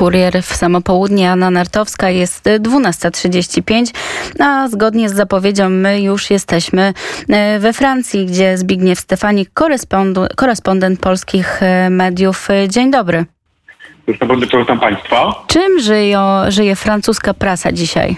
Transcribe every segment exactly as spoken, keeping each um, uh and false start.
Kurier w samo południe. Anna Nartowska, jest dwunasta trzydzieści pięć, a zgodnie z zapowiedzią my już jesteśmy we Francji, gdzie Zbigniew Stefanik, korespondent, korespondent polskich mediów. Dzień dobry. Witam Państwa. Czym żyje, żyje francuska prasa dzisiaj?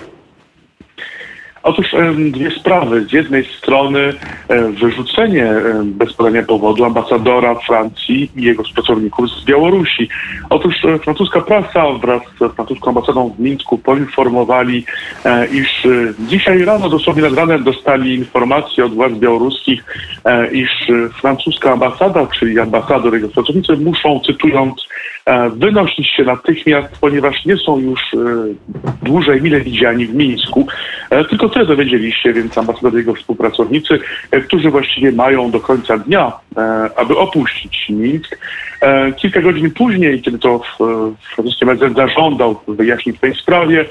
Otóż dwie sprawy. Z jednej strony wyrzucenie bez podania powodu ambasadora Francji i jego współpracowników z Białorusi. Otóż francuska prasa wraz z francuską ambasadą w Mińsku poinformowali, iż dzisiaj rano, dosłownie nad ranem, dostali informację od władz białoruskich, iż francuska ambasada, czyli ambasador i jego współpracownicy muszą, cytując, wynosić się natychmiast, ponieważ nie są już dłużej mile widziani w Mińsku. Tylko tyle dowiedzieli się, więc ambasador i jego współpracownicy, którzy właściwie mają do końca dnia, aby opuścić Mińsk. Kilka godzin później, kiedy to francuskie media zażądał wyjaśnień w tej sprawie,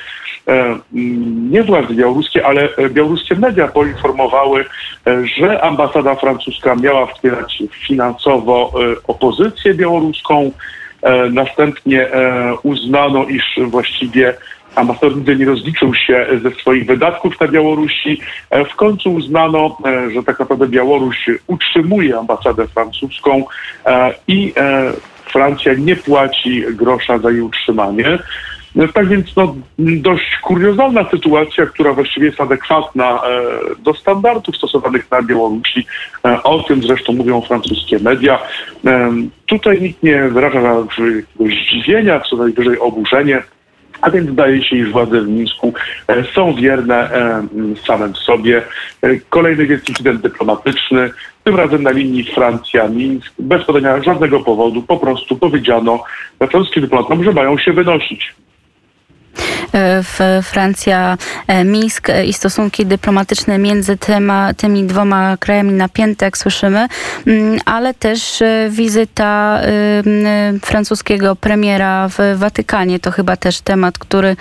nie władze białoruskie, ale białoruskie media poinformowały, że ambasada francuska miała wspierać finansowo opozycję białoruską. Następnie uznano, iż właściwie ambasador nigdy nie rozliczył się ze swoich wydatków na Białorusi. W końcu uznano, że tak naprawdę Białoruś utrzymuje ambasadę francuską i Francja nie płaci grosza za jej utrzymanie. Tak więc no, dość kuriozalna sytuacja, która właściwie jest adekwatna do standardów stosowanych na Białorusi. O tym zresztą mówią francuskie media. Tutaj nikt nie wyraża jakiegoś zdziwienia, co najwyżej oburzenie. A więc zdaje się, iż władze w Mińsku są wierne samym sobie. Kolejny jest incydent dyplomatyczny, tym razem na linii Francja-Mińsk. Bez podania żadnego powodu po prostu powiedziano francuskim dyplomatom, że mają się wynosić. W Francja, Mińsk i stosunki dyplomatyczne między tyma, tymi dwoma krajami napięte, jak słyszymy, ale też wizyta francuskiego premiera w Watykanie. To chyba też temat, który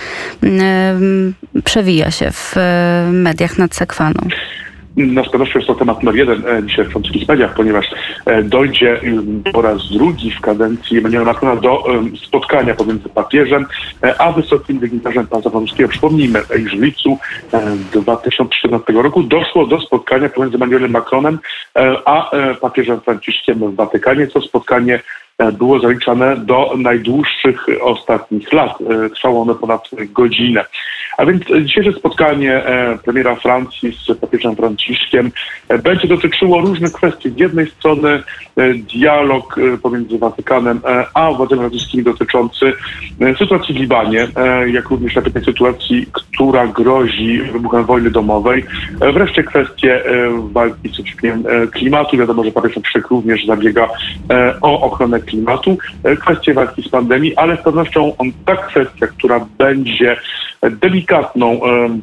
przewija się w mediach nad Sekwaną. Na pewnością jest to temat numer jeden dzisiaj w francuskich mediach, ponieważ dojdzie po raz drugi w kadencji Emmanuela Macrona do spotkania pomiędzy papieżem a wysokim dygnitarzem państwa francuskiego. Przypomnijmy, iż w lipcu dwa tysiące siedemnastego roku doszło do spotkania pomiędzy Emmanuelem Macronem a papieżem Franciszkiem w Watykanie. To spotkanie było zaliczane do najdłuższych ostatnich lat. Trwało ono ponad godzinę. A więc dzisiejsze spotkanie premiera Francji z papieżem Franciszkiem będzie dotyczyło różnych kwestii. Z jednej strony dialog pomiędzy Watykanem a władzami francuskimi dotyczący sytuacji w Libanie, jak również napiętej sytuacji, która grozi wybuchem wojny domowej. Wreszcie kwestie walki z ociepleniem klimatu. Wiadomo, że papież Franciszek również zabiega o ochronę klimatu. Kwestie walki z pandemią, ale z pewnością ta kwestia, która będzie delikatną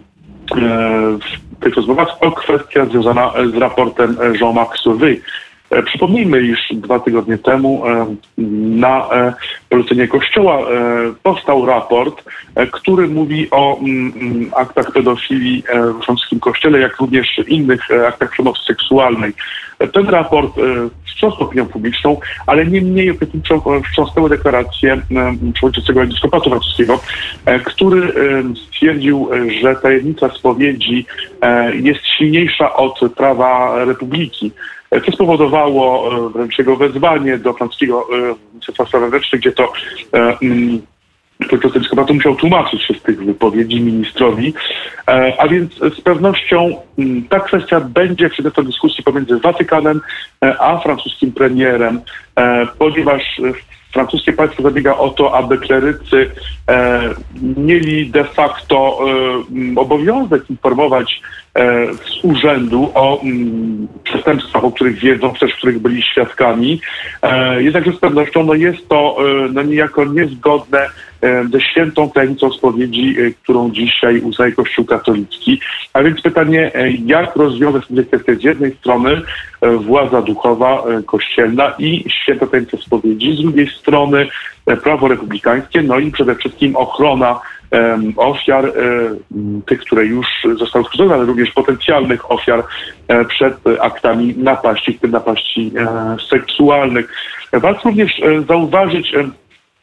w tych rozmowach, to kwestia związana z raportem Jean-Marc Sauvé. Przypomnijmy, iż dwa tygodnie temu na polecenie Kościoła powstał raport, który mówi o aktach pedofilii w francuskim kościele, jak również innych aktach przemocy seksualnej. Ten raport wstrząsnął opinią publiczną, ale nie mniej wstrząsnęły deklaracje przewodniczącego episkopatu francuskiego, który stwierdził, że tajemnica spowiedzi jest silniejsza od prawa republiki. Co spowodowało wręcz jego wezwanie do francuskiego Ministerstwa Spraw Wewnętrznych, gdzie to przewodniczący episkopatu musiał tłumaczyć się z tych wypowiedzi ministrowi. A więc z pewnością ta kwestia będzie przedmiotem dyskusji pomiędzy Watykanem a francuskim premierem, ponieważ francuskie państwo zabiega o to, aby klerycy e, mieli de facto e, obowiązek informować e, z urzędu o m, przestępstwach, o których wiedzą, też których byli świadkami. E, jednakże z pewnością no, jest to e, no, niejako niezgodne e, ze świętą tajemnicą spowiedzi, e, którą dzisiaj uznaje Kościół katolicki. A więc pytanie, e, jak rozwiązać tę kwestię z jednej strony e, władza duchowa, e, kościelna i święta tajemnica spowiedzi, z drugiej strony prawo republikańskie, no i przede wszystkim ochrona um, ofiar, um, tych, które już zostały skrzywdzone, ale również potencjalnych ofiar um, przed aktami napaści, w tym napaści um, seksualnych. Warto również um, zauważyć, um,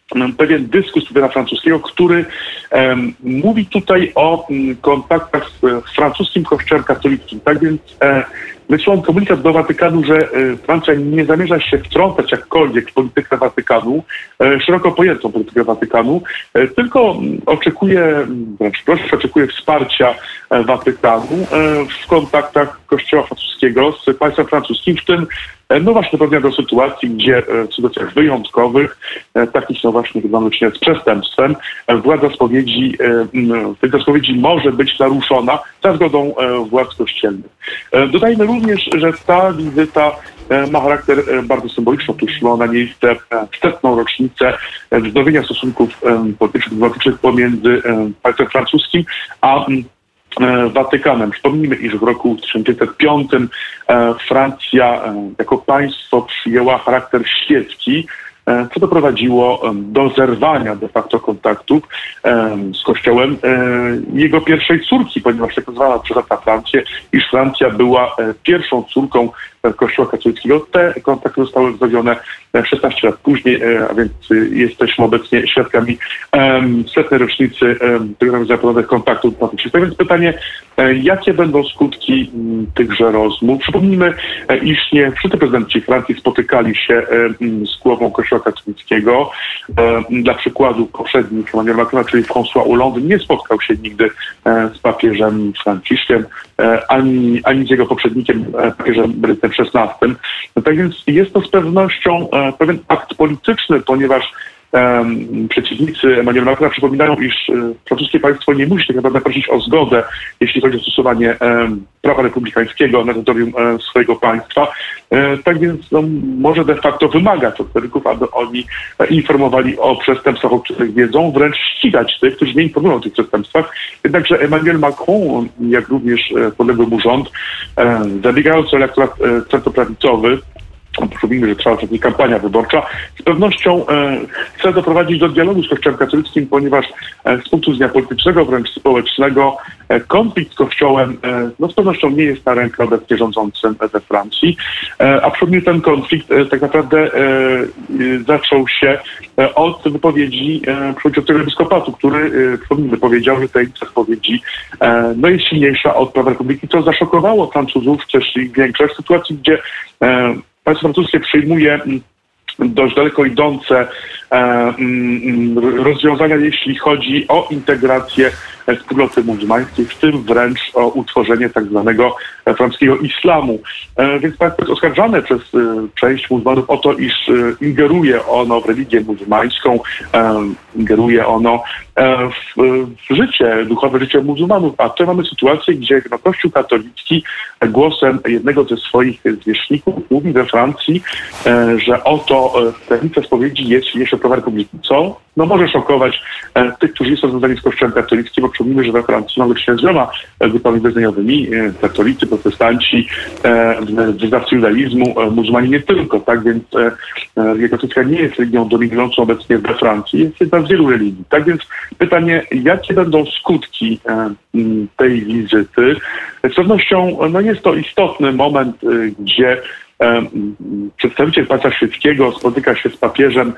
pewien dyskurs premiera francuskiego, który um, mówi tutaj o um, kontaktach z, z francuskim kościołem katolickim. Tak więc e, wysłał komunikat do Watykanu, że e, Francja nie zamierza się wtrącać jakkolwiek w politykę Watykanu, e, szeroko pojętą politykę Watykanu, e, tylko oczekuje, wręcz proszę, oczekuje wsparcia e, Watykanu e, w kontaktach kościoła francuskiego z państwem francuskim, w tym no właśnie doprowadza do sytuacji, gdzie w sytuacjach wyjątkowych, takich no właśnie, gdy mamy do czynienia z przestępstwem, władza spowiedzi, tej spowiedzi może być naruszona za zgodą władz kościelnych. Dodajmy również, że ta wizyta ma charakter bardzo symboliczny. Otóż ma ona miejsce w setną rocznicę wznowienia stosunków politycznych, dyplomatycznych pomiędzy państwem francuskim a Watykanem. Przypomnijmy, iż w roku tysiąc dziewięćset piątym Francja jako państwo przyjęła charakter świecki, co doprowadziło do zerwania de facto kontaktów z Kościołem jego pierwszej córki, ponieważ tak nazwana przez lata Francję, iż Francja była pierwszą córką Kościoła katolickiego. Te kontakty zostały wznowione szesnaście lat później, a więc jesteśmy obecnie świadkami um, setnej rocznicy um, tego zapowiedzonych kontaktów dyplomatycznych. Tak więc pytanie, jakie będą skutki um, tychże rozmów? Przypomnijmy, iż nie wszyscy prezydenci Francji spotykali się um, z głową Kościoła katolickiego. Um, dla przykładu poprzednik Emmanuel Macron, czyli François Hollande, nie spotkał się nigdy um, z papieżem Franciszkiem, um, ani, ani z jego poprzednikiem, um, papieżem Benedyktem szesnastym. No tak więc jest to z pewnością e, pewien akt polityczny, ponieważ e, przeciwnicy Emmanuela Macrona przypominają, iż e, francuskie państwo nie musi tak naprawdę prosić o zgodę, jeśli chodzi o stosowanie e, prawa republikańskiego na terytorium e, swojego państwa. E, tak więc no, może de facto wymagać od polityków, aby oni e, informowali o przestępstwach, o których wiedzą, wręcz ścigać tych, którzy nie informują o tych przestępstwach. Jednakże Emmanuel Macron, jak również e, podległy mu rząd, e, zabiegając o elektorat e, centroprawicowy, przypomnijmy, że trwa wtedy kampania wyborcza, z pewnością e, chce doprowadzić do dialogu z Kościołem katolickim, ponieważ e, z punktu widzenia politycznego, wręcz społecznego, e, konflikt z Kościołem e, no z pewnością nie jest na rękę obecnie rządzącym we Francji. E, a przypomnijmy, ten konflikt e, tak naprawdę e, e, zaczął się e, od wypowiedzi e, przewodniczącego episkopatu, który, e, przypomnijmy, powiedział, że tajemnica spowiedzi e, no jest silniejsza od prawa republiki, co zaszokowało Francuzów, też ich większość, w sytuacji, gdzie e, państwo francuskie przyjmuje dość daleko idące e, rozwiązania, jeśli chodzi o integrację wspólnoty muzułmańskiej, w tym wręcz o utworzenie tak zwanego francuskiego islamu. E, więc państwo jest oskarżane przez e, część muzułmanów o to, iż e, ingeruje ono w religię muzułmańską, e, ingeruje ono e, w, w życie, duchowe życie muzułmanów. A tutaj mamy sytuację, gdzie no, Kościół katolicki głosem jednego ze swoich zwierzchników mówi we Francji, e, że oto tajemnica spowiedzi jest silniejsza prawa republiki, co no, może szokować e, tych, którzy nie są związani z Kościołem katolickim, bo przypomnijmy, że we Francji mamy do czynienia z wieloma grupami wyznaniowymi, e, katolicy, protestanci, e, wyznawcy judaizmu, e, muzułmani nie tylko, tak więc e, religia katolicka nie jest religią dominującą obecnie we Francji, jest jedna z wielu religii. Tak więc pytanie, jakie będą skutki e, tej wizyty? Z pewnością no, jest to istotny moment, e, gdzie przedstawiciel państwa świeckiego spotyka się z papieżem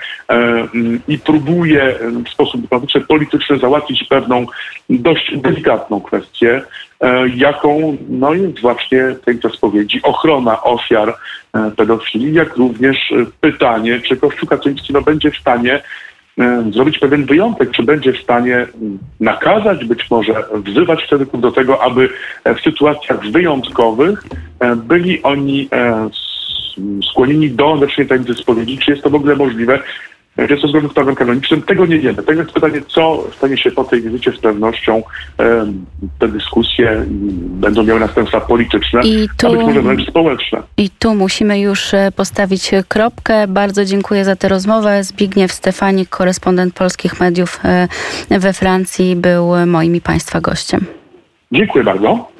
i próbuje w sposób dyplomatyczny, polityczny załatwić pewną dość delikatną kwestię, jaką no, jest właśnie tajemnica spowiedzi, ochrona ofiar pedofilii, jak również pytanie, czy Kościół katolicki no, będzie w stanie zrobić pewien wyjątek, czy będzie w stanie nakazać, być może wzywać wtedy do tego, aby w sytuacjach wyjątkowych byli oni skłonieni do naruszenia tajemnicy spowiedzi. Czy jest to w ogóle możliwe? Czy jest to zgodne z prawem kanonicznym? Tego nie wiemy. Tego jest pytanie, co stanie się po tej wizycie. Z pewnością um, te dyskusje będą miały następstwa polityczne, I tu, a być może wręcz społeczne. I tu musimy już postawić kropkę. Bardzo dziękuję za tę rozmowę. Zbigniew Stefanik, korespondent polskich mediów we Francji, był moim i Państwa gościem. Dziękuję bardzo.